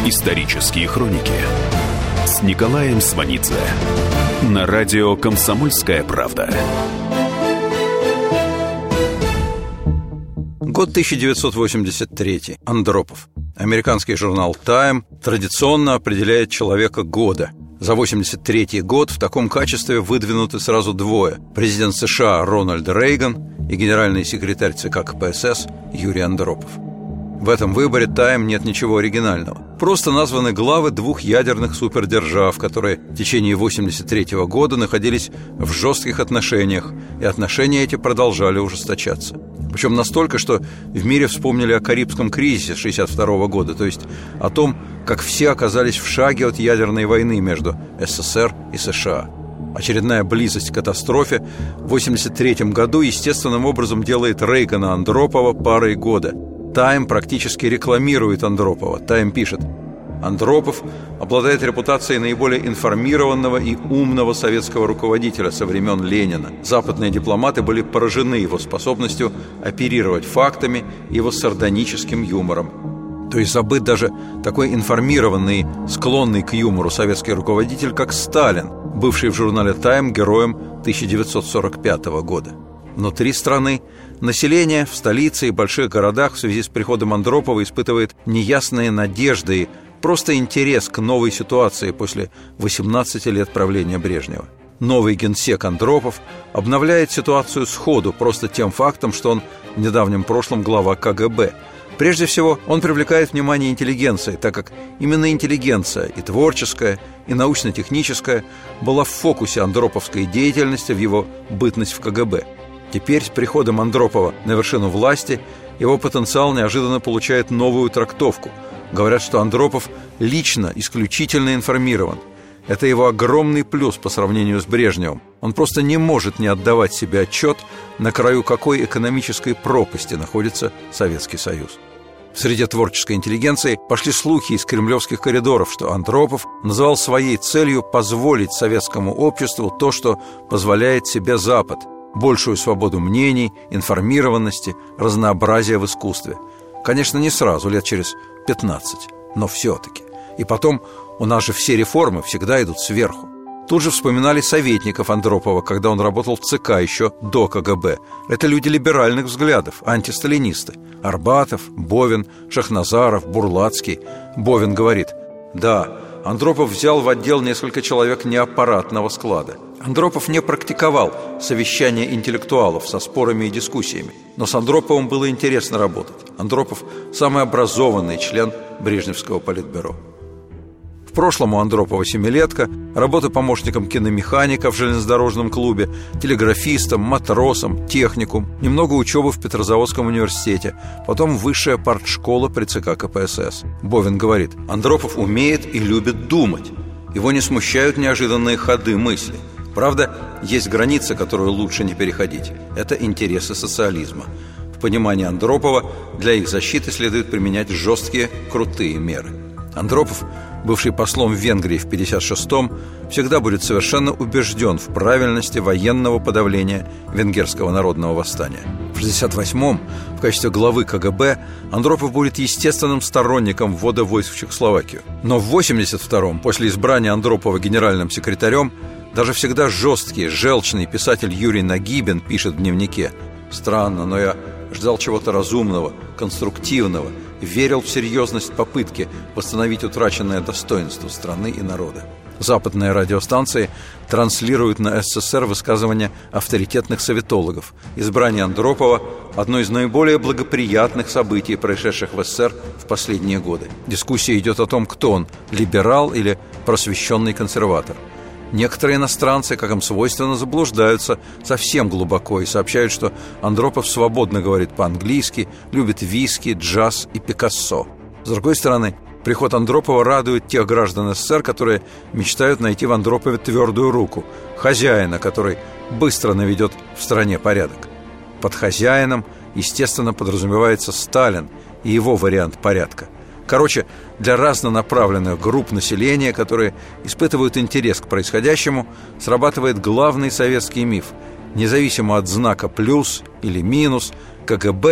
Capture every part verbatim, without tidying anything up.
Исторические хроники с Николаем Сванидзе на радио «Комсомольская правда». Год тысяча девятьсот восемьдесят третий. Андропов. Американский журнал «Тайм» традиционно определяет человека года. За восемьдесят третий год в таком качестве выдвинуты сразу двое: президент США Рональд Рейган и генеральный секретарь ЦК КПСС Юрий Андропов. В этом выборе «Тайм» нет ничего оригинального. Просто названы главы двух ядерных супердержав, которые в течение восемьдесят третьего года находились в жестких отношениях, и отношения эти продолжали ужесточаться. Причем настолько, что в мире вспомнили о Карибском кризисе шестьдесят второго года, то есть о том, как все оказались в шаге от ядерной войны между СССР и США. Очередная близость к катастрофе в восемьдесят третьем году естественным образом делает Рейгана Андропова парой года. «Тайм» практически рекламирует Андропова. «Тайм» пишет: Андропов обладает репутацией наиболее информированного и умного советского руководителя со времен Ленина. Западные дипломаты были поражены его способностью оперировать фактами и его сардоническим юмором. То есть забыт даже такой информированный, склонный к юмору советский руководитель, как Сталин, бывший в журнале «Тайм» героем тысяча девятьсот сорок пятого года. Внутри страны население в столице и больших городах в связи с приходом Андропова испытывает неясные надежды и просто интерес к новой ситуации после восемнадцати лет правления Брежнева. Новый генсек Андропов обновляет ситуацию сходу просто тем фактом, что он в недавнем прошлом глава КГБ. Прежде всего, он привлекает внимание интеллигенции, так как именно интеллигенция, и творческая, и научно-техническая, была в фокусе андроповской деятельности в его бытность в КГБ. Теперь с приходом Андропова на вершину власти его потенциал неожиданно получает новую трактовку. Говорят, что Андропов лично исключительно информирован. Это его огромный плюс по сравнению с Брежневым. Он просто не может не отдавать себе отчет, на краю какой экономической пропасти находится Советский Союз. В среде творческой интеллигенции пошли слухи из кремлевских коридоров, что Андропов называл своей целью позволить советскому обществу то, что позволяет себе Запад: большую свободу мнений, информированности, разнообразия в искусстве. Конечно, не сразу, лет через пятнадцать, но все-таки. И потом, у нас же все реформы всегда идут сверху. Тут же вспоминали советников Андропова, когда он работал в ЦК еще до КГБ. Это люди либеральных взглядов, антисталинисты. Арбатов, Бовин, Шахназаров, Бурлацкий. Бовин говорит: да, Андропов взял в отдел несколько человек неаппаратного склада. Андропов не практиковал совещания интеллектуалов со спорами и дискуссиями, но с Андроповым было интересно работать. Андропов – самый образованный член Брежневского политбюро. В прошлом у Андропова семилетка, работа помощником киномеханика в железнодорожном клубе, телеграфистом, матросом, техникум, немного учебы в Петрозаводском университете, потом высшая партшкола при ЦК КПСС. Бовин говорит: Андропов умеет и любит думать. Его не смущают неожиданные ходы мысли. Правда, есть граница, которую лучше не переходить. Это интересы социализма. В понимании Андропова для их защиты следует применять жесткие, крутые меры. Андропов, бывший послом в Венгрии в пятьдесят шестом, всегда будет совершенно убежден в правильности военного подавления венгерского народного восстания. В шестьдесят восьмом в качестве главы КГБ Андропов будет естественным сторонником ввода войск в Чехословакию. Но в восемьдесят втором, после избрания Андропова генеральным секретарем, даже всегда жесткий, желчный писатель Юрий Нагибин пишет в дневнике: «Странно, но я ждал чего-то разумного, конструктивного, верил в серьезность попытки восстановить утраченное достоинство страны и народа». Западные радиостанции транслируют на СССР высказывания авторитетных советологов. Избрание Андропова – одно из наиболее благоприятных событий, происшедших в СССР в последние годы. Дискуссия идет о том, кто он – либерал или просвещенный консерватор. Некоторые иностранцы, как им свойственно, заблуждаются совсем глубоко и сообщают, что Андропов свободно говорит по-английски, любит виски, джаз и Пикассо. С другой стороны, приход Андропова радует тех граждан СССР, которые мечтают найти в Андропове твердую руку, хозяина, который быстро наведет в стране порядок. Под хозяином, естественно, подразумевается Сталин и его вариант порядка. Короче, для разнонаправленных групп населения, которые испытывают интерес к происходящему, срабатывает главный советский миф. Независимо от знака «плюс» или «минус», КГБ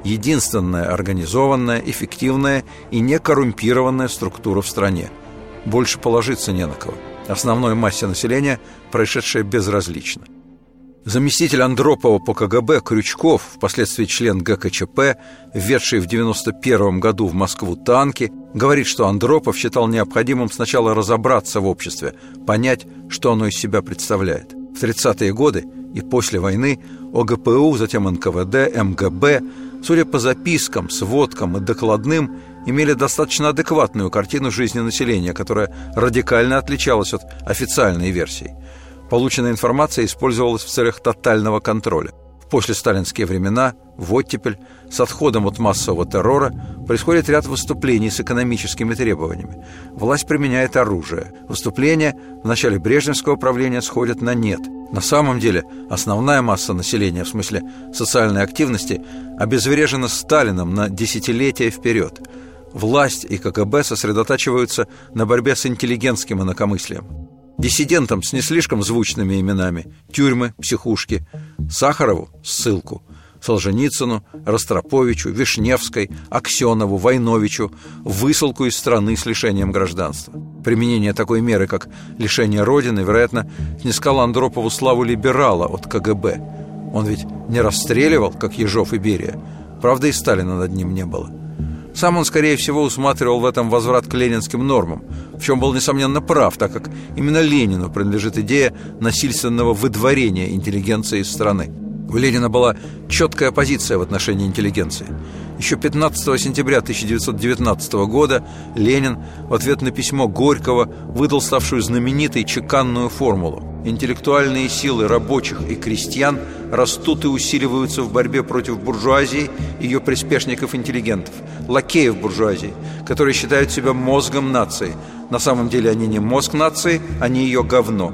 единственная организованная, эффективная и некоррумпированная структура в стране. Больше положиться не на кого. Основной массе населения происшедшее безразлично. Заместитель Андропова по ка гэ бэ Крючков, впоследствии член гэ ка че пэ, введший в девяносто первом году в Москву танки, говорит, что Андропов считал необходимым сначала разобраться в обществе, понять, что оно из себя представляет. В тридцатые годы и после войны о гэ пэ у, затем эн ка вэ дэ, эм гэ бэ, судя по запискам, сводкам и докладным, имели достаточно адекватную картину жизни населения, которая радикально отличалась от официальной версии. Полученная информация использовалась в целях тотального контроля. В послесталинские времена, в оттепель, с отходом от массового террора происходит ряд выступлений с экономическими требованиями. Власть применяет оружие. Выступления в начале брежневского правления сходят на нет. На самом деле основная масса населения, в смысле социальной активности, обезврежена Сталином на десятилетия вперед. Власть и ка гэ бэ сосредотачиваются на борьбе с интеллигентским инакомыслием. Диссидентам с не слишком звучными именами – тюрьмы, психушки, Сахарову – ссылку, Солженицыну, Ростроповичу, Вишневской, Аксенову, Войновичу – высылку из страны с лишением гражданства. Применение такой меры, как лишение родины, вероятно, снискало Андропову славу либерала от ка гэ бэ. Он ведь не расстреливал, как Ежов и Берия. Правда, и Сталина над ним не было. Сам он, скорее всего, усматривал в этом возврат к ленинским нормам, в чем был, несомненно, прав, так как именно Ленину принадлежит идея насильственного выдворения интеллигенции из страны. У Ленина была четкая позиция в отношении интеллигенции. Еще пятнадцатого сентября тысяча девятьсот девятнадцатого года Ленин в ответ на письмо Горького выдал ставшую знаменитой чеканную формулу: интеллектуальные силы рабочих и крестьян растут и усиливаются в борьбе против буржуазии и ее приспешников-интеллигентов, лакеев буржуазии, которые считают себя мозгом нации. На самом деле они не мозг нации, они ее говно.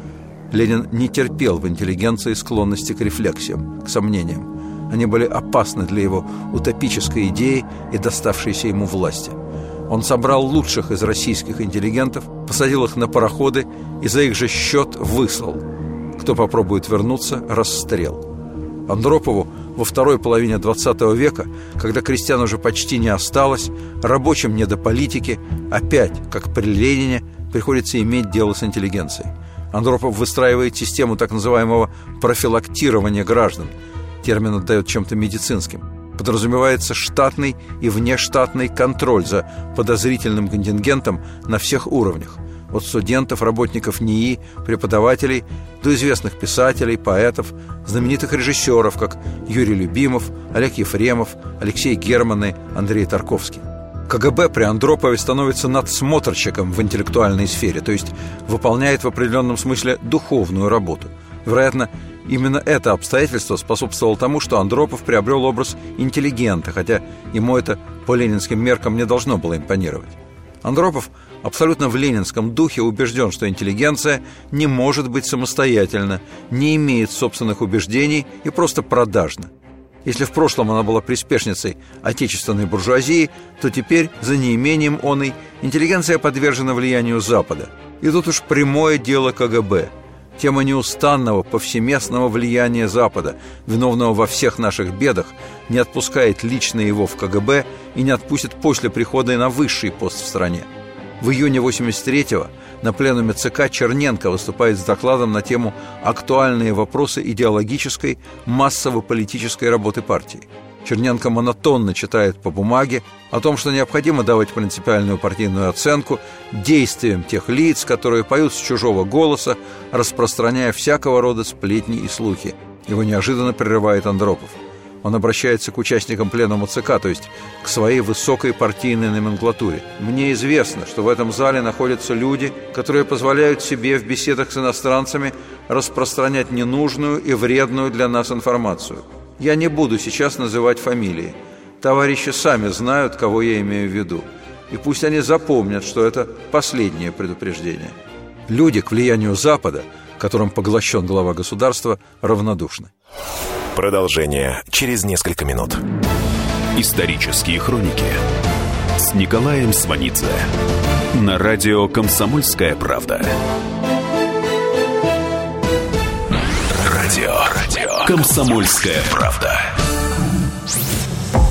Ленин не терпел в интеллигенции склонности к рефлексиям, к сомнениям. Они были опасны для его утопической идеи и доставшейся ему власти. Он собрал лучших из российских интеллигентов, посадил их на пароходы и за их же счет выслал. Кто попробует вернуться – расстрел. Андропову во второй половине двадцатого века, когда крестьян уже почти не осталось, рабочим не до политики, опять, как при Ленине, приходится иметь дело с интеллигенцией. Андропов выстраивает систему так называемого профилактирования граждан. Термин отдает чем-то медицинским. Подразумевается штатный и внештатный контроль за подозрительным контингентом на всех уровнях. От студентов, работников НИИ, преподавателей до известных писателей, поэтов, знаменитых режиссеров, как Юрий Любимов, Олег Ефремов, Алексей Герман, Андрей Тарковский. ка гэ бэ при Андропове становится надсмотрщиком в интеллектуальной сфере, то есть выполняет в определенном смысле духовную работу. Вероятно, именно это обстоятельство способствовало тому, что Андропов приобрел образ интеллигента, хотя ему это по ленинским меркам не должно было импонировать. Андропов абсолютно в ленинском духе убежден, что интеллигенция не может быть самостоятельна, не имеет собственных убеждений и просто продажна. Если в прошлом она была приспешницей отечественной буржуазии, то теперь, за неимением оной, интеллигенция подвержена влиянию Запада. И тут уж прямое дело ка гэ бэ. Тема неустанного повсеместного влияния Запада, виновного во всех наших бедах, не отпускает лично его в ка гэ бэ и не отпустит после прихода на высший пост в стране. В июне восемьдесят третьего на пленуме ЦК Черненко выступает с докладом на тему «Актуальные вопросы идеологической, массово-политической работы партии». Черненко монотонно читает по бумаге о том, что необходимо давать принципиальную партийную оценку действиям тех лиц, которые поют с чужого голоса, распространяя всякого рода сплетни и слухи. Его неожиданно прерывает Андропов. Он обращается к участникам пленума ЦК, то есть к своей высокой партийной номенклатуре. «Мне известно, что в этом зале находятся люди, которые позволяют себе в беседах с иностранцами распространять ненужную и вредную для нас информацию. Я не буду сейчас называть фамилии. Товарищи сами знают, кого я имею в виду. И пусть они запомнят, что это последнее предупреждение». Люди к влиянию Запада, которым поглощен глава государства, равнодушны. Продолжение через несколько минут. Исторические хроники с Николаем Сванидзе на радио «Комсомольская правда». Радио «Комсомольская правда».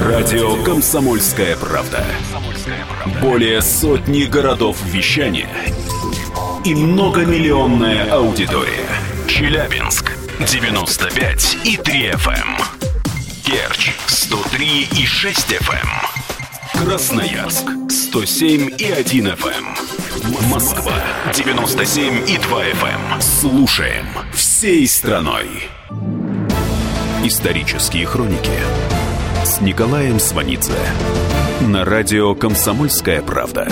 Радио «Комсомольская правда». Более сотни городов вещания и многомиллионная аудитория. Челябинск девяносто пять и три эф эм, Керчь сто три и шесть эф эм, Красноярск сто семь и один эф эм, Москва девяносто семь и два эф эм. Слушаем всей страной. Исторические хроники с Николаем Сванидзе на радио «Комсомольская правда».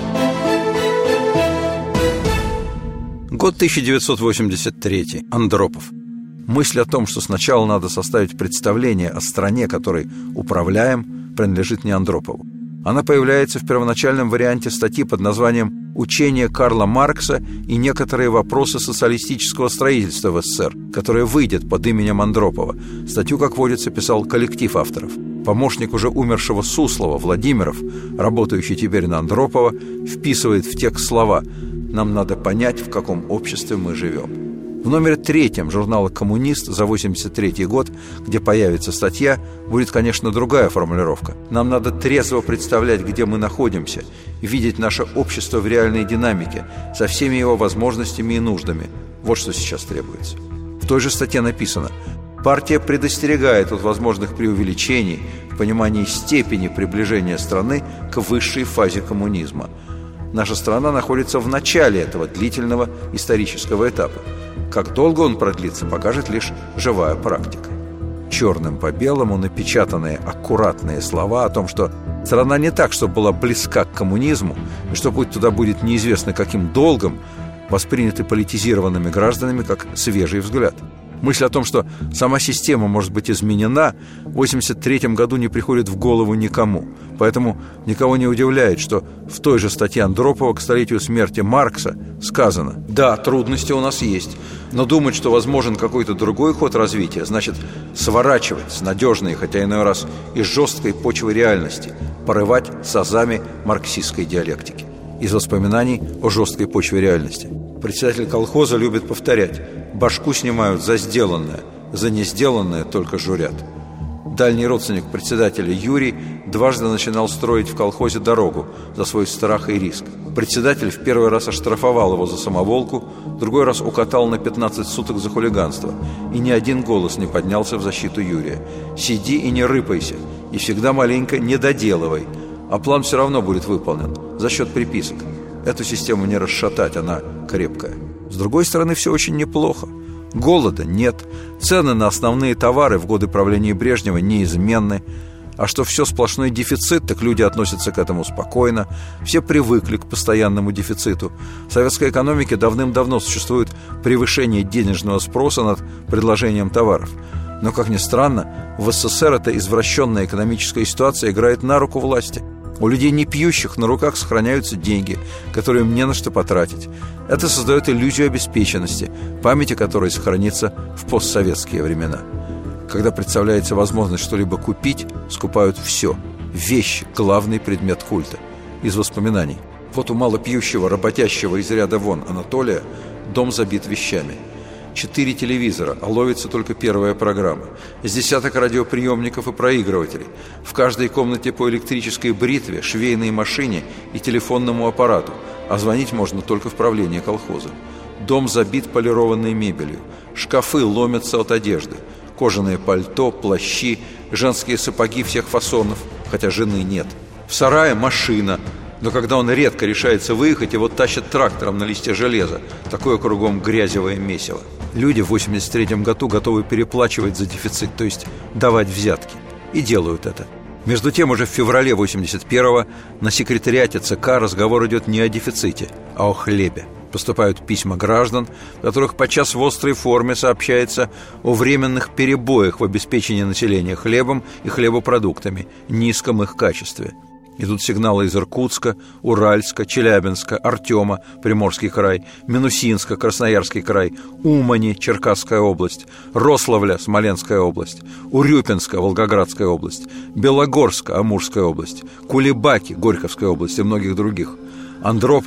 Год тысяча девятьсот восемьдесят третий. Андропов. Мысль о том, что сначала надо составить представление о стране, которой управляем, принадлежит не Андропову. Она появляется в первоначальном варианте статьи под названием «Учение Карла Маркса и некоторые вопросы социалистического строительства в СССР», которая выйдет под именем Андропова. Статью, как водится, писал коллектив авторов. Помощник уже умершего Суслова, Владимиров, работающий теперь на Андропова, вписывает в текст слова «Нам надо понять, в каком обществе мы живем». В номере третьем журнала «Коммунист» за восемьдесят третий год, где появится статья, будет, конечно, другая формулировка. Нам надо трезво представлять, где мы находимся, видеть наше общество в реальной динамике, со всеми его возможностями и нуждами. Вот что сейчас требуется. В той же статье написано: партия предостерегает от возможных преувеличений в понимании степени приближения страны к высшей фазе коммунизма. Наша страна находится в начале этого длительного исторического этапа. Как долго он продлится, покажет лишь живая практика. Черным по белому напечатанные аккуратные слова о том, что страна не так, чтобы была близка к коммунизму, и что путь туда будет неизвестно каким долгом, восприняты политизированными гражданами как свежий взгляд. Мысль о том, что сама система может быть изменена, в восемьдесят третьем году не приходит в голову никому. Поэтому никого не удивляет, что в той же статье Андропова к столетию смерти Маркса сказано: да, трудности у нас есть, но думать, что возможен какой-то другой ход развития, значит сворачивать с надежной, хотя иной раз и жесткой почвы реальности, порывать с азами марксистской диалектики. Из воспоминаний о жесткой почве реальности. Председатель колхоза любит повторять: башку снимают за сделанное, за не сделанное только журят. Дальний родственник председателя Юрий дважды начинал строить в колхозе дорогу за свой страх и риск. Председатель в первый раз оштрафовал его за самоволку, другой раз укатал на пятнадцать суток за хулиганство. И ни один голос не поднялся в защиту Юрия. Сиди и не рыпайся, и всегда маленько не доделывай, а план все равно будет выполнен за счет приписок. Эту систему не расшатать, она крепкая. С другой стороны, все очень неплохо. Голода нет, цены на основные товары в годы правления Брежнева неизменны. А что все сплошной дефицит, так люди относятся к этому спокойно. Все привыкли к постоянному дефициту. В советской экономике давным-давно существует превышение денежного спроса над предложением товаров. Но, как ни странно, в СССР эта извращенная экономическая ситуация играет на руку власти. У людей не пьющих на руках сохраняются деньги, которые им не на что потратить. Это создает иллюзию обеспеченности, память о которой сохранится в постсоветские времена. Когда представляется возможность что-либо купить, скупают все. Вещи – главный предмет культа. Из воспоминаний. Вот у малопьющего, работящего из ряда вон Анатолия дом забит вещами. Четыре телевизора, а ловится только первая программа. С десяток радиоприемников и проигрывателей. В каждой комнате по электрической бритве, швейной машине и телефонному аппарату. А звонить можно только в правление колхоза. Дом забит полированной мебелью. Шкафы ломятся от одежды. Кожаное пальто, плащи, женские сапоги всех фасонов, хотя жены нет. В сарае машина. Но когда он редко решается выехать, его тащат трактором на листе железа. Такое кругом грязевое месиво. Люди в восемьдесят третьем году готовы переплачивать за дефицит, то есть давать взятки. И делают это. Между тем, уже в феврале восемьдесят первого на секретариате ЦК разговор идет не о дефиците, а о хлебе. Поступают письма граждан, в которых подчас в острой форме сообщается о временных перебоях в обеспечении населения хлебом и хлебопродуктами, низком их качестве. Идут сигналы из Иркутска, Уральска, Челябинска, Артема, Приморский край, Минусинска, Красноярский край, Умани, Черкасская область, Рославля, Смоленская область, Урюпинска, Волгоградская область, Белогорска, Амурская область, Кулебаки, Горьковская область и многих других. Андропова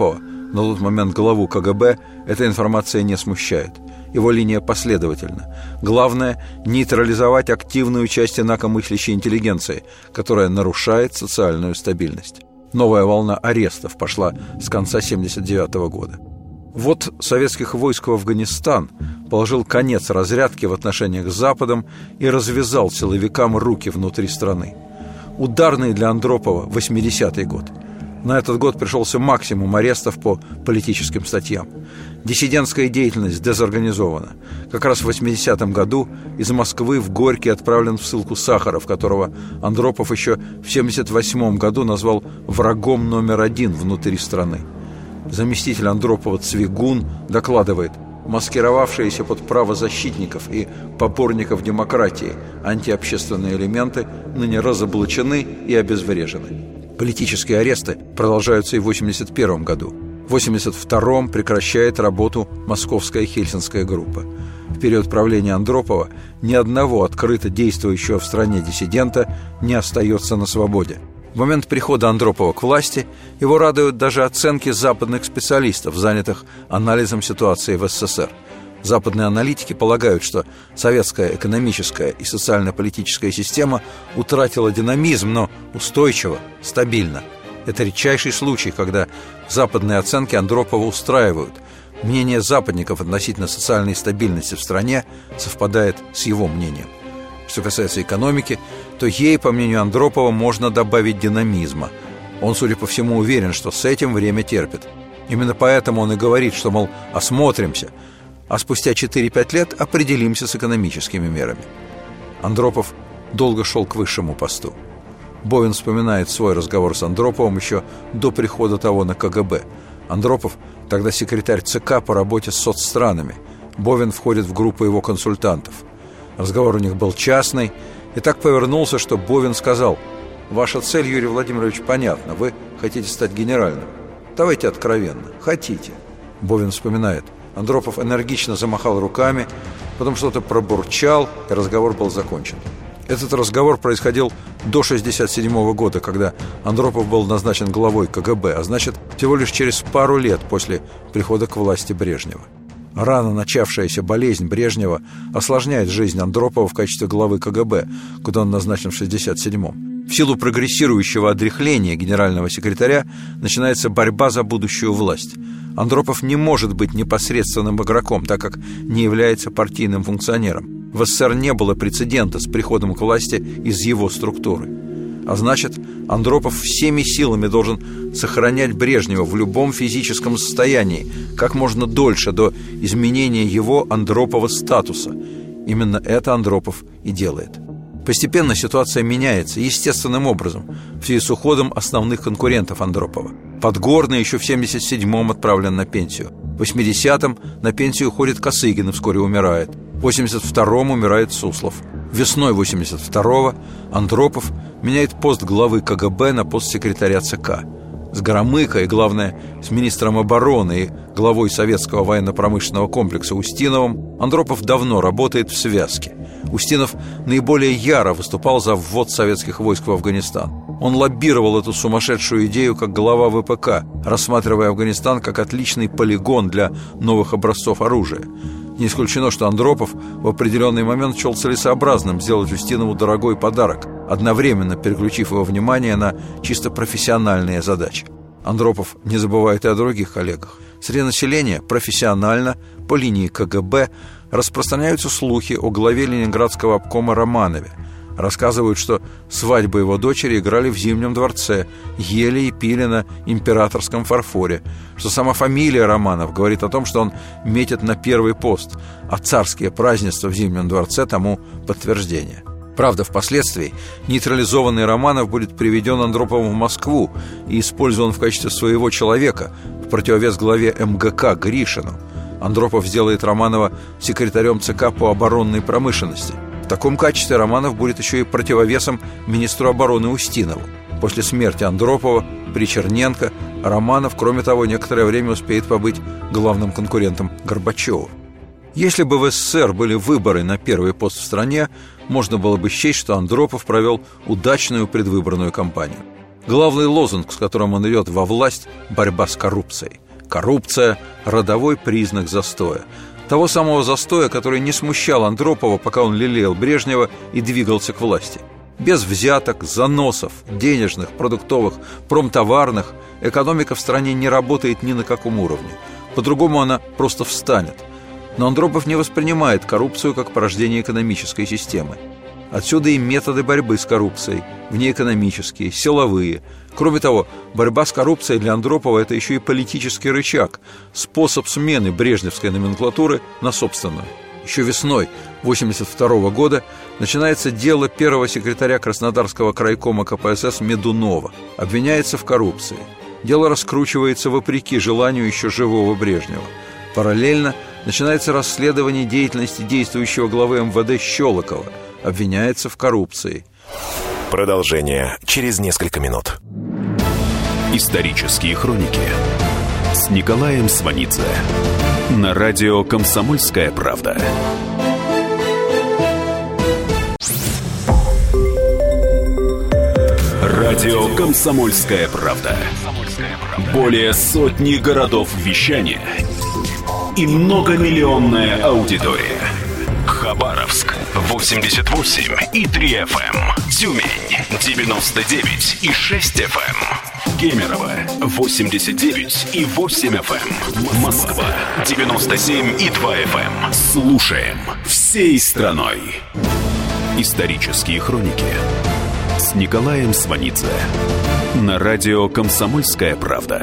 на тот момент главу ка гэ бэ, эта информация не смущает. Его линия последовательна. Главное – нейтрализовать активную часть инакомыслящей интеллигенции, которая нарушает социальную стабильность. Новая волна арестов пошла с конца семьдесят девятого года. Вот советских войск в Афганистан положил конец разрядке в отношениях с Западом и развязал силовикам руки внутри страны. Ударный для Андропова восьмидесятый год. На этот год пришелся максимум арестов по политическим статьям. Диссидентская деятельность дезорганизована. Как раз в восьмидесятом году из Москвы в Горький отправлен в ссылку Сахаров, которого Андропов еще в семьдесят восьмом году назвал врагом номер один внутри страны. Заместитель Андропова Цвигун докладывает: маскировавшиеся под правозащитников и поборников демократии антиобщественные элементы ныне разоблачены и обезврежены. Политические аресты продолжаются и в восемьдесят первом году. В восемьдесят втором прекращает работу Московская Хельсинская группа. В период правления Андропова ни одного открыто действующего в стране диссидента не остается на свободе. В момент прихода Андропова к власти его радуют даже оценки западных специалистов, занятых анализом ситуации в эс эс эс эр. Западные аналитики полагают, что советская экономическая и социально-политическая система утратила динамизм, но устойчиво, стабильно. Это редчайший случай, когда западные оценки Андропова устраивают. Мнение западников относительно социальной стабильности в стране совпадает с его мнением. Что касается экономики, то ей, по мнению Андропова, можно добавить динамизма. Он, судя по всему, уверен, что с этим время терпит. Именно поэтому он и говорит, что, мол, осмотримся, а спустя четыре-пять лет определимся с экономическими мерами. Андропов долго шел к высшему посту. Бовин вспоминает свой разговор с Андроповым еще до прихода того на ка гэ бэ. Андропов тогда секретарь ЦК по работе с соцстранами. Бовин входит в группу его консультантов. Разговор у них был частный, и так повернулся, что Бовин сказал: «Ваша цель, Юрий Владимирович, понятна. Вы хотите стать генеральным. Давайте откровенно. Хотите». Бовин вспоминает: Андропов энергично замахал руками, потом что-то пробурчал, и разговор был закончен. Этот разговор происходил до шестьдесят седьмого года, когда Андропов был назначен главой ка гэ бэ, а значит, всего лишь через пару лет после прихода к власти Брежнева. Рано начавшаяся болезнь Брежнева осложняет жизнь Андропова в качестве главы ка гэ бэ, куда он назначен в шестьдесят седьмом. В силу прогрессирующего отряхления генерального секретаря начинается борьба за будущую власть. Андропов не может быть непосредственным игроком, так как не является партийным функционером. В эс эс эс эр не было прецедента с приходом к власти из его структуры. А значит, Андропов всеми силами должен сохранять Брежнева в любом физическом состоянии, как можно дольше, до изменения его, Андропова, статуса. Именно это Андропов и делает. Постепенно ситуация меняется естественным образом в связи с уходом основных конкурентов Андропова. Подгорный еще в семьдесят седьмом отправлен на пенсию. В восьмидесятом на пенсию уходит Косыгин и вскоре умирает. В восемьдесят втором умирает Суслов. Весной восемьдесят второго Андропов меняет пост главы ка гэ бэ на пост секретаря ЦК. С Громыко и, главное, с министром обороны и главой советского военно-промышленного комплекса Устиновым Андропов давно работает в связке. Устинов наиболее яро выступал за ввод советских войск в Афганистан. Он лоббировал эту сумасшедшую идею как глава вэ пэ ка, рассматривая Афганистан как отличный полигон для новых образцов оружия. Не исключено, что Андропов в определенный момент счел целесообразным сделать Устинову дорогой подарок, одновременно переключив его внимание на чисто профессиональные задачи. Андропов не забывает и о других коллегах. Среди населения профессионально, по линии ка гэ бэ, распространяются слухи о главе ленинградского обкома Романове. Рассказывают, что свадьбу его дочери играли в Зимнем дворце, ели и пили на императорском фарфоре, что сама фамилия Романов говорит о том, что он метит на первый пост, а царские празднества в Зимнем дворце тому подтверждение. Правда, впоследствии нейтрализованный Романов будет приведен Андроповым в Москву и использован в качестве своего человека в противовес главе эм гэ ка Гришину. Андропов сделает Романова секретарем ЦК по оборонной промышленности. В таком качестве Романов будет еще и противовесом министру обороны Устинову. После смерти Андропова при Черненко Романов, кроме того, некоторое время успеет побыть главным конкурентом Горбачева. Если бы в эс эс эс эр были выборы на первый пост в стране, можно было бы счесть, что Андропов провел удачную предвыборную кампанию. Главный лозунг, с которым он идет во власть – борьба с коррупцией. Коррупция – родовой признак застоя. Того самого застоя, который не смущал Андропова, пока он лелеял Брежнева и двигался к власти. Без взяток, заносов, денежных, продуктовых, промтоварных экономика в стране не работает ни на каком уровне. По-другому она просто встанет. Но Андропов не воспринимает коррупцию как порождение экономической системы. Отсюда и методы борьбы с коррупцией, внеэкономические, силовые. Кроме того, борьба с коррупцией для Андропова – это еще и политический рычаг, способ смены брежневской номенклатуры на собственную. Еще весной восемьдесят второго года начинается дело первого секретаря Краснодарского крайкома ка пэ эс эс Медунова. Обвиняется в коррупции. Дело раскручивается вопреки желанию еще живого Брежнева. Параллельно начинается расследование деятельности действующего главы эм вэ дэ Щелокова. Обвиняется в коррупции. Продолжение через несколько минут. Исторические хроники с Николаем Сванидзе на радио «Комсомольская правда». Радио «Комсомольская правда». Более сотни городов вещания и многомиллионная аудитория. Хабаровск восемьдесят восемь и три эф эм, Тюмень девяносто девять и шесть эф эм, Кемерово восемьдесят девять и восемь эф эм, Москва девяносто семь и два эф эм. Слушаем всей страной. Исторические хроники с Николаем Сванидзе на радио «Комсомольская правда».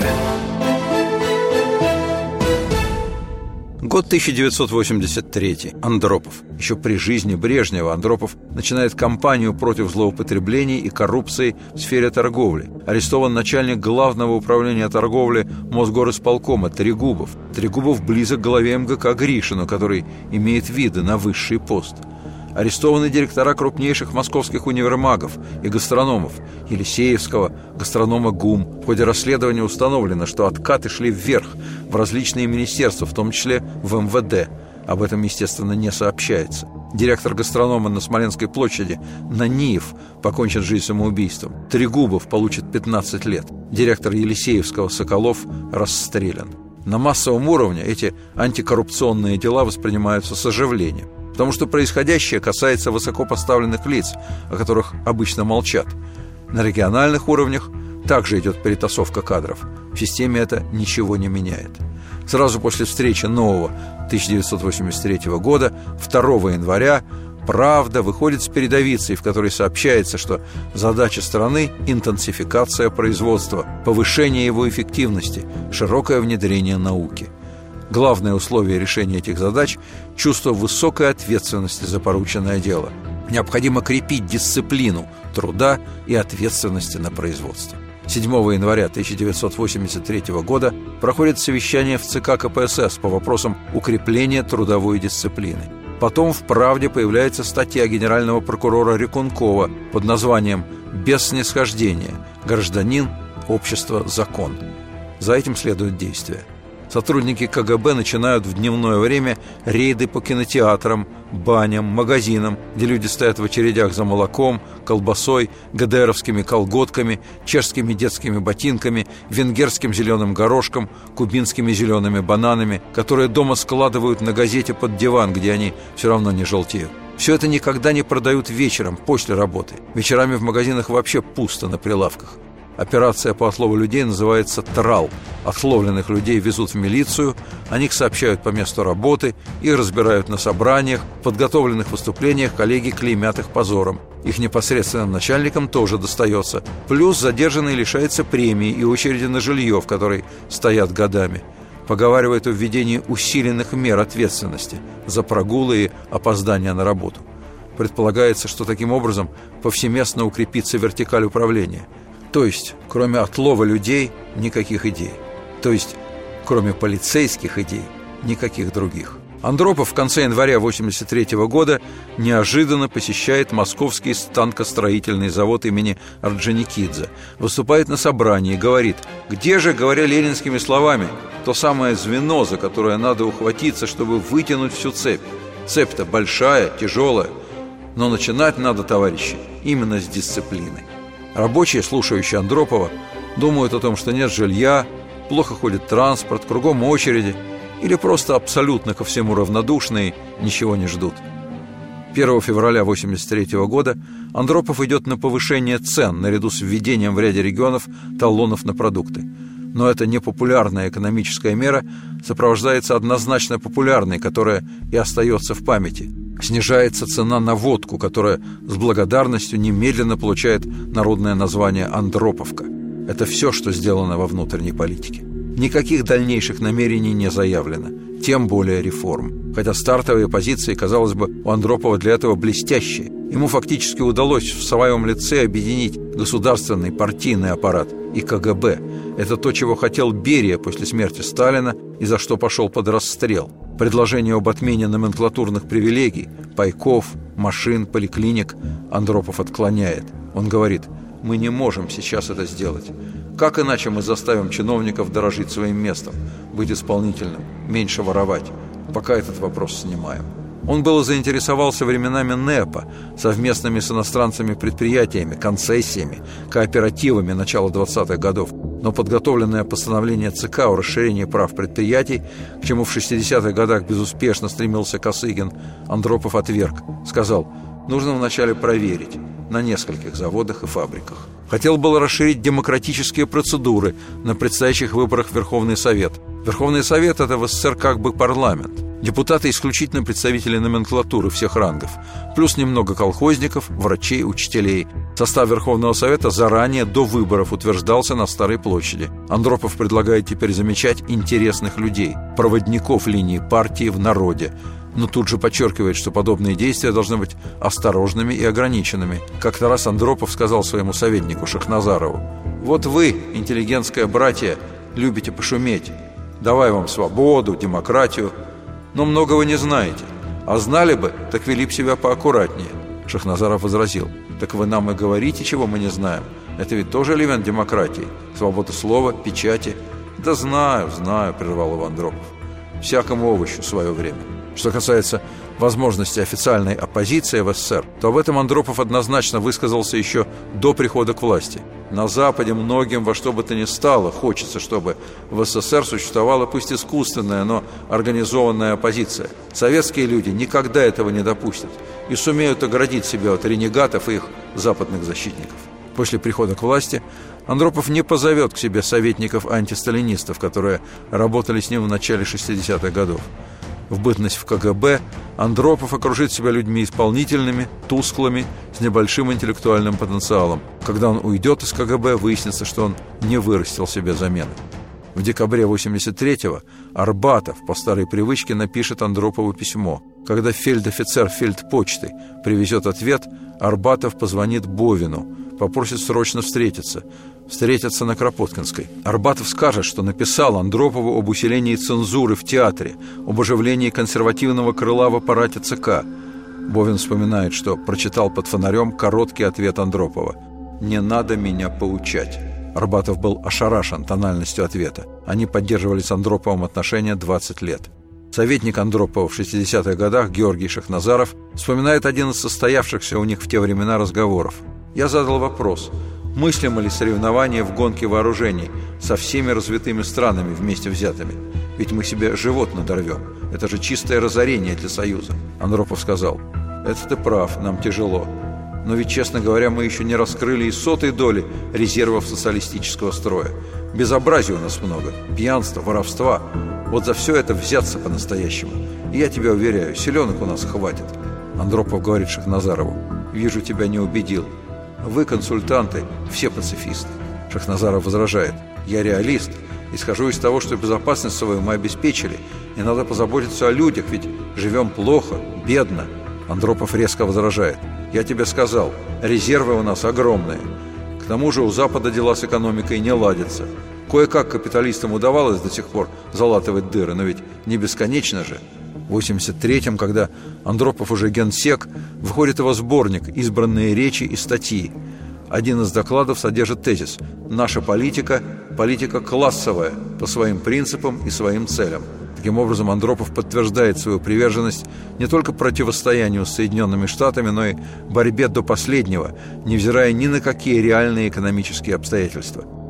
Год тысяча девятьсот восемьдесят третий. Андропов. Еще при жизни Брежнева Андропов начинает кампанию против злоупотреблений и коррупции в сфере торговли. Арестован начальник Главного управления торговли Мосгорисполкома Трегубов. Трегубов близок к главе эм гэ ка Гришину, который имеет виды на высший пост. Арестованы директора крупнейших московских универмагов и гастрономов Елисеевского, гастронома ГУМ. В ходе расследования установлено, что откаты шли вверх в различные министерства, в том числе в эм вэ дэ. Об этом, естественно, не сообщается. Директор гастронома на Смоленской площади Наниев покончит жизнь самоубийством. Трегубов получит пятнадцать лет. Директор Елисеевского Соколов расстрелян. На массовом уровне эти антикоррупционные дела воспринимаются с оживлением, потому что происходящее касается высокопоставленных лиц, о которых обычно молчат. На региональных уровнях также идет перетасовка кадров. В системе это ничего не меняет. Сразу после встречи нового тысяча девятьсот восемьдесят третьего года, второго января, «Правда» выходит с передовицей, в которой сообщается, что задача страны – интенсификация производства, повышение его эффективности, широкое внедрение науки. Главное условие решения этих задач – чувство высокой ответственности за порученное дело. Необходимо крепить дисциплину труда и ответственности на производство. седьмого января тысяча девятьсот восемьдесят третьего года проходит совещание в ЦК ка пэ эс эс по вопросам укрепления трудовой дисциплины. Потом в «Правде» появляется статья генерального прокурора Рекункова под названием «Без снисхождения. Гражданин, общество, закон». За этим следует действие. Сотрудники ка гэ бэ начинают в дневное время рейды по кинотеатрам, баням, магазинам, где люди стоят в очередях за молоком, колбасой, гэ дэ эровскими колготками, чешскими детскими ботинками, венгерским зеленым горошком, кубинскими зелеными бананами, которые дома складывают на газете под диван, где они все равно не желтеют. Все это никогда не продают вечером, после работы. Вечерами в магазинах вообще пусто на прилавках. Операция по отлову людей называется «Трал». Отловленных людей везут в милицию, о них сообщают по месту работы, их разбирают на собраниях, в подготовленных выступлениях коллеги клеймят их позором. Их непосредственным начальникам тоже достается. Плюс задержанный лишается премии и очереди на жилье, в которой стоят годами. Поговаривают о введении усиленных мер ответственности за прогулы и опоздания на работу. Предполагается, что таким образом повсеместно укрепится вертикаль управления. То есть, кроме отлова людей, никаких идей. То есть, кроме полицейских идей, никаких других. Андропов в конце января восемьдесят третьего года неожиданно посещает московский станкостроительный завод имени Орджоникидзе. Выступает на собрании и говорит: где же, говоря ленинскими словами, то самое звено, за которое надо ухватиться, чтобы вытянуть всю цепь? Цепь-то большая, тяжелая. Но начинать надо, товарищи, именно с дисциплины. Рабочие, слушающие Андропова, думают о том, что нет жилья, плохо ходит транспорт, кругом очереди, или просто абсолютно ко всему равнодушны и ничего не ждут. первого февраля тысяча девятьсот восемьдесят третьего года Андропов идет на повышение цен наряду с введением в ряде регионов талонов на продукты. Но эта непопулярная экономическая мера сопровождается однозначно популярной, которая и остается в памяти. Снижается цена на водку, которая с благодарностью немедленно получает народное название «Андроповка». Это все, что сделано во внутренней политике. Никаких дальнейших намерений не заявлено, тем более реформ. Хотя стартовые позиции, казалось бы, у Андропова для этого блестящие. Ему фактически удалось в своем лице объединить государственный партийный аппарат и ка гэ бэ. Это то, чего хотел Берия после смерти Сталина и за что пошел под расстрел. Предложение об отмене номенклатурных привилегий, пайков, машин, поликлиник Андропов отклоняет. Он говорит: «Мы не можем сейчас это сделать. Как иначе мы заставим чиновников дорожить своим местом, быть исполнительным, меньше воровать? Пока этот вопрос снимаем». Он было заинтересовался временами НЭПа, совместными с иностранцами предприятиями, концессиями, кооперативами начала двадцатых годов. Но подготовленное постановление ЦК о расширении прав предприятий, к чему в шестидесятых годах безуспешно стремился Косыгин, Андропов отверг. Сказал: нужно вначале проверить на нескольких заводах и фабриках. Хотел было расширить демократические процедуры на предстоящих выборах в Верховный Совет. Верховный Совет – это в СССР как бы парламент. Депутаты – исключительно представители номенклатуры всех рангов, плюс немного колхозников, врачей, учителей. Состав Верховного Совета заранее, до выборов, утверждался на Старой площади. Андропов предлагает теперь замечать интересных людей, проводников линии партии в народе. Но тут же подчеркивает, что подобные действия должны быть осторожными и ограниченными. Как-то раз Андропов сказал своему советнику Шахназарову: «Вот вы, интеллигентское братье, любите пошуметь. Давай вам свободу, демократию. Но много вы не знаете. А знали бы, так вели бы себя поаккуратнее». Шахназаров возразил: «Так вы нам и говорите, чего мы не знаем. Это ведь тоже элемент демократии. Свобода слова, печати». «Да знаю, знаю», — прервал его Андропов. «Всякому овощу свое время». Что касается возможности официальной оппозиции в СССР, то об этом Андропов однозначно высказался еще до прихода к власти. На Западе многим во что бы то ни стало хочется, чтобы в СССР существовала пусть искусственная, но организованная оппозиция. Советские люди никогда этого не допустят и сумеют оградить себя от ренегатов и их западных защитников. После прихода к власти Андропов не позовет к себе советников-антисталинистов, которые работали с ним в начале шестидесятых годов. В бытность в ка гэ бэ Андропов окружит себя людьми исполнительными, тусклыми, с небольшим интеллектуальным потенциалом. Когда он уйдет из ка гэ бэ, выяснится, что он не вырастил себе замены. В декабре восемьдесят третьего Арбатов по старой привычке напишет Андропову письмо. Когда фельд-офицер фельдпочты привезет ответ, Арбатов позвонит Бовину, попросит срочно встретиться. Встретятся на Кропоткинской. Арбатов скажет, что написал Андропову об усилении цензуры в театре, об оживлении консервативного крыла в аппарате ЦК. Бовин вспоминает, что прочитал под фонарем короткий ответ Андропова: «Не надо меня поучать». Арбатов был ошарашен тональностью ответа. Они поддерживали с Андроповым отношения двадцать лет. Советник Андропова в шестидесятых годах Георгий Шахназаров вспоминает один из состоявшихся у них в те времена разговоров. «Я задал вопрос: мыслимо ли соревнование в гонке вооружений со всеми развитыми странами вместе взятыми? Ведь мы себе живот надорвем. Это же чистое разорение для Союза». Андропов сказал: «Это ты прав, нам тяжело. Но ведь, честно говоря, мы еще не раскрыли и сотой доли резервов социалистического строя. Безобразия у нас много, пьянства, воровства. Вот за все это взяться по-настоящему. И я тебя уверяю, селенок у нас хватит». Андропов говорит Шахназарову: «Вижу, тебя не убедил. Вы, консультанты, все пацифисты». Шахназаров возражает: «Я реалист, исхожу из того, что безопасность свою мы обеспечили, и надо позаботиться о людях, ведь живем плохо, бедно». Андропов резко возражает: «Я тебе сказал, резервы у нас огромные. К тому же у Запада дела с экономикой не ладятся. Кое-как капиталистам удавалось до сих пор залатывать дыры, но ведь не бесконечно же». В восемьдесят третьем, когда Андропов уже генсек, выходит его сборник «Избранные речи и статьи». Один из докладов содержит тезис: «Наша политика – политика классовая по своим принципам и своим целям». Таким образом, Андропов подтверждает свою приверженность не только противостоянию с Соединенными Штатами, но и борьбе до последнего, невзирая ни на какие реальные экономические обстоятельства.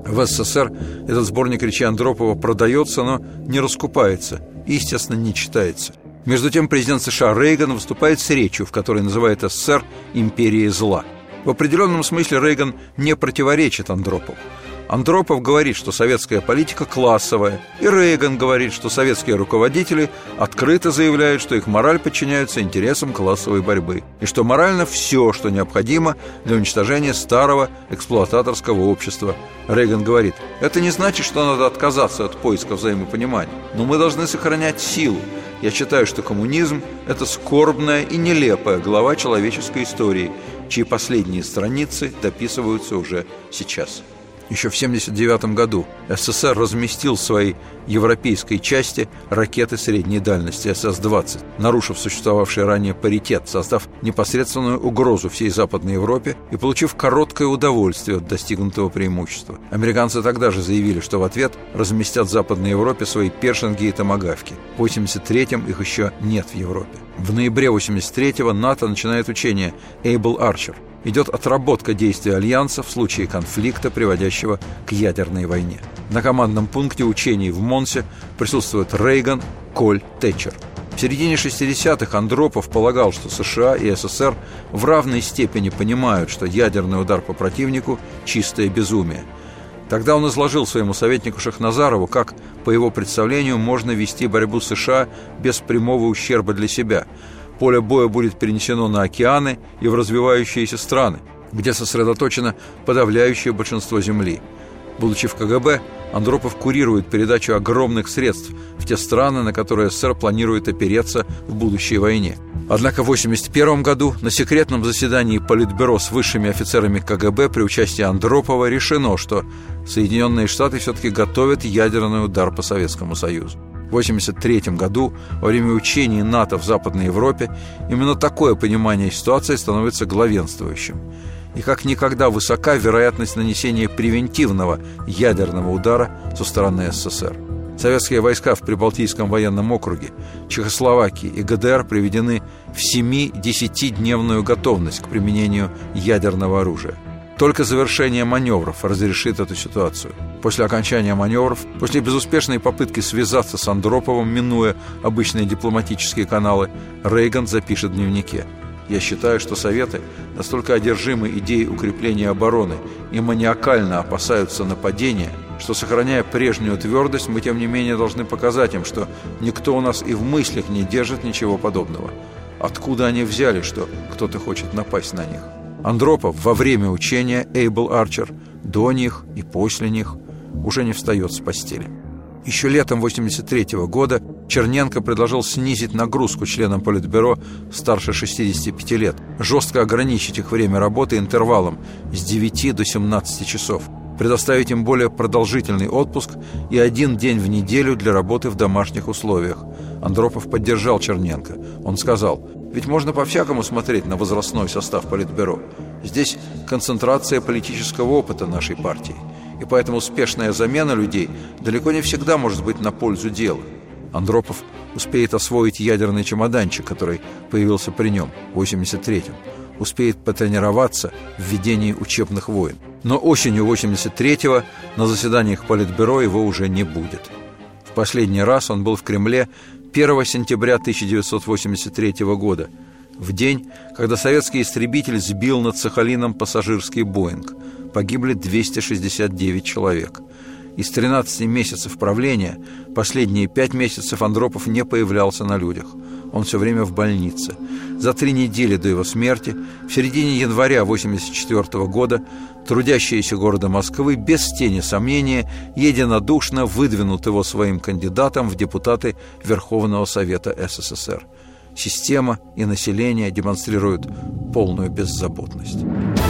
В СССР этот сборник речей Андропова продается, но не раскупается и, естественно, не читается. Между тем, президент США Рейган выступает с речью, в которой называет СССР «империей зла». В определенном смысле Рейган не противоречит Андропову. Андропов говорит, что советская политика классовая, и Рейган говорит, что советские руководители открыто заявляют, что их мораль подчиняется интересам классовой борьбы, и что морально все, что необходимо для уничтожения старого эксплуататорского общества. Рейган говорит, это не значит, что надо отказаться от поиска взаимопонимания, но мы должны сохранять силу. Я считаю, что коммунизм – это скорбная и нелепая глава человеческой истории, чьи последние страницы дописываются уже сейчас. Еще в семьдесят девятом году СССР разместил в своей европейской части ракеты средней дальности эс эс двадцать, нарушив существовавший ранее паритет, создав непосредственную угрозу всей Западной Европе и получив короткое удовольствие от достигнутого преимущества. Американцы тогда же заявили, что в ответ разместят в Западной Европе свои першинги и томагавки. В восемьдесят третьем их еще нет в Европе. В ноябре восемьдесят третьего НАТО начинает учение Able Archer. Идет отработка действий Альянса в случае конфликта, приводящего к ядерной войне. На командном пункте учений в Монсе присутствуют Рейган, Коль, Тэтчер. В середине шестидесятых Андропов полагал, что США и СССР в равной степени понимают, что ядерный удар по противнику – чистое безумие. Тогда он изложил своему советнику Шахназарову, как, по его представлению, можно вести борьбу США без прямого ущерба для себя. Поле боя будет перенесено на океаны и в развивающиеся страны, где сосредоточено подавляющее большинство земли. Будучи в ка гэ бэ, Андропов курирует передачу огромных средств в те страны, на которые СССР планирует опереться в будущей войне. Однако в восемьдесят первом году на секретном заседании Политбюро с высшими офицерами ка гэ бэ при участии Андропова решено, что Соединенные Штаты все-таки готовят ядерный удар по Советскому Союзу. В восемьдесят третьем году, во время учений НАТО в Западной Европе, именно такое понимание ситуации становится главенствующим. И как никогда высока вероятность нанесения превентивного ядерного удара со стороны эс эс эс эр. Советские войска в Прибалтийском военном округе, Чехословакии и гэ дэ эр приведены в семи-десятидневную готовность к применению ядерного оружия. Только завершение маневров разрешит эту ситуацию. После окончания маневров, после безуспешной попытки связаться с Андроповым, минуя обычные дипломатические каналы, Рейган запишет в дневнике: «Я считаю, что Советы настолько одержимы идеей укрепления обороны и маниакально опасаются нападения, что, сохраняя прежнюю твердость, мы, тем не менее, должны показать им, что никто у нас и в мыслях не держит ничего подобного. Откуда они взяли, что кто-то хочет напасть на них?» Андропов во время учения Able Archer, до них и после них, уже не встает с постели. Еще летом восемьдесят третьего года Черненко предложил снизить нагрузку членам Политбюро старше шестидесяти пяти лет, жестко ограничить их время работы интервалом с девяти до семнадцати часов, предоставить им более продолжительный отпуск и один день в неделю для работы в домашних условиях. Андропов поддержал Черненко. Он сказал: «Ведь можно по-всякому смотреть на возрастной состав Политбюро. Здесь концентрация политического опыта нашей партии, и поэтому успешная замена людей далеко не всегда может быть на пользу дела». Андропов успеет освоить ядерный чемоданчик, который появился при нем в восемьдесят третьем, успеет потренироваться в ведении учебных войн. Но осенью восемьдесят третьего на заседаниях Политбюро его уже не будет. В последний раз он был в Кремле первого сентября тысяча девятьсот восемьдесят третьего года, в день, когда советский истребитель сбил над Сахалином пассажирский «Боинг». Погибли двести шестьдесят девять человек. Из тринадцати месяцев правления последние пять месяцев Андропов не появлялся на людях. Он все время в больнице. За три недели до его смерти, в середине января восемьдесят четвёртого года, трудящиеся города Москвы без тени сомнения единодушно выдвинут его своим кандидатом в депутаты Верховного Совета эс эс эс эр. Система и население демонстрируют полную беззаботность.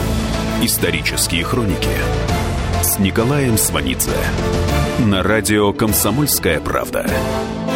Исторические хроники с Николаем Сванидзе на радио «Комсомольская правда».